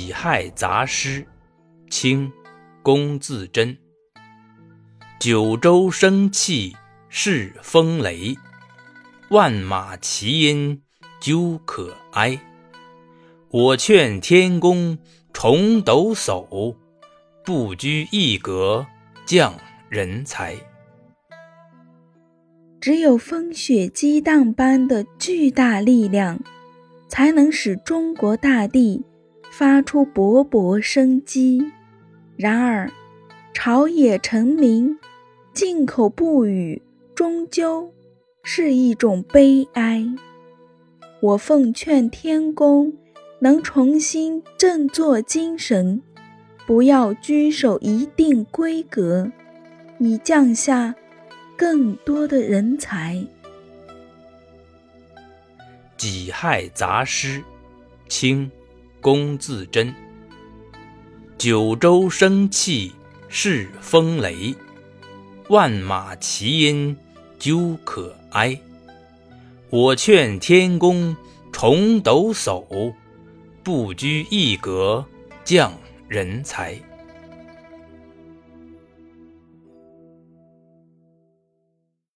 己亥杂诗，清，龚自珍。九州生气恃风雷，万马齐喑究可哀。我劝天公重抖擞，不拘一格降人才。 只有风雪激荡般的巨大力量，才能使中国大地发出勃勃生机。然而，朝野臣民静口不语，终究是一种悲哀。我奉劝天公能重新振作精神，不要拘守一定规格，以降下更多的人才。 己亥杂诗，清，龚自珍。九州生气恃风雷，万马齐喑究可哀。我劝天公重抖擞，不拘一格降人才。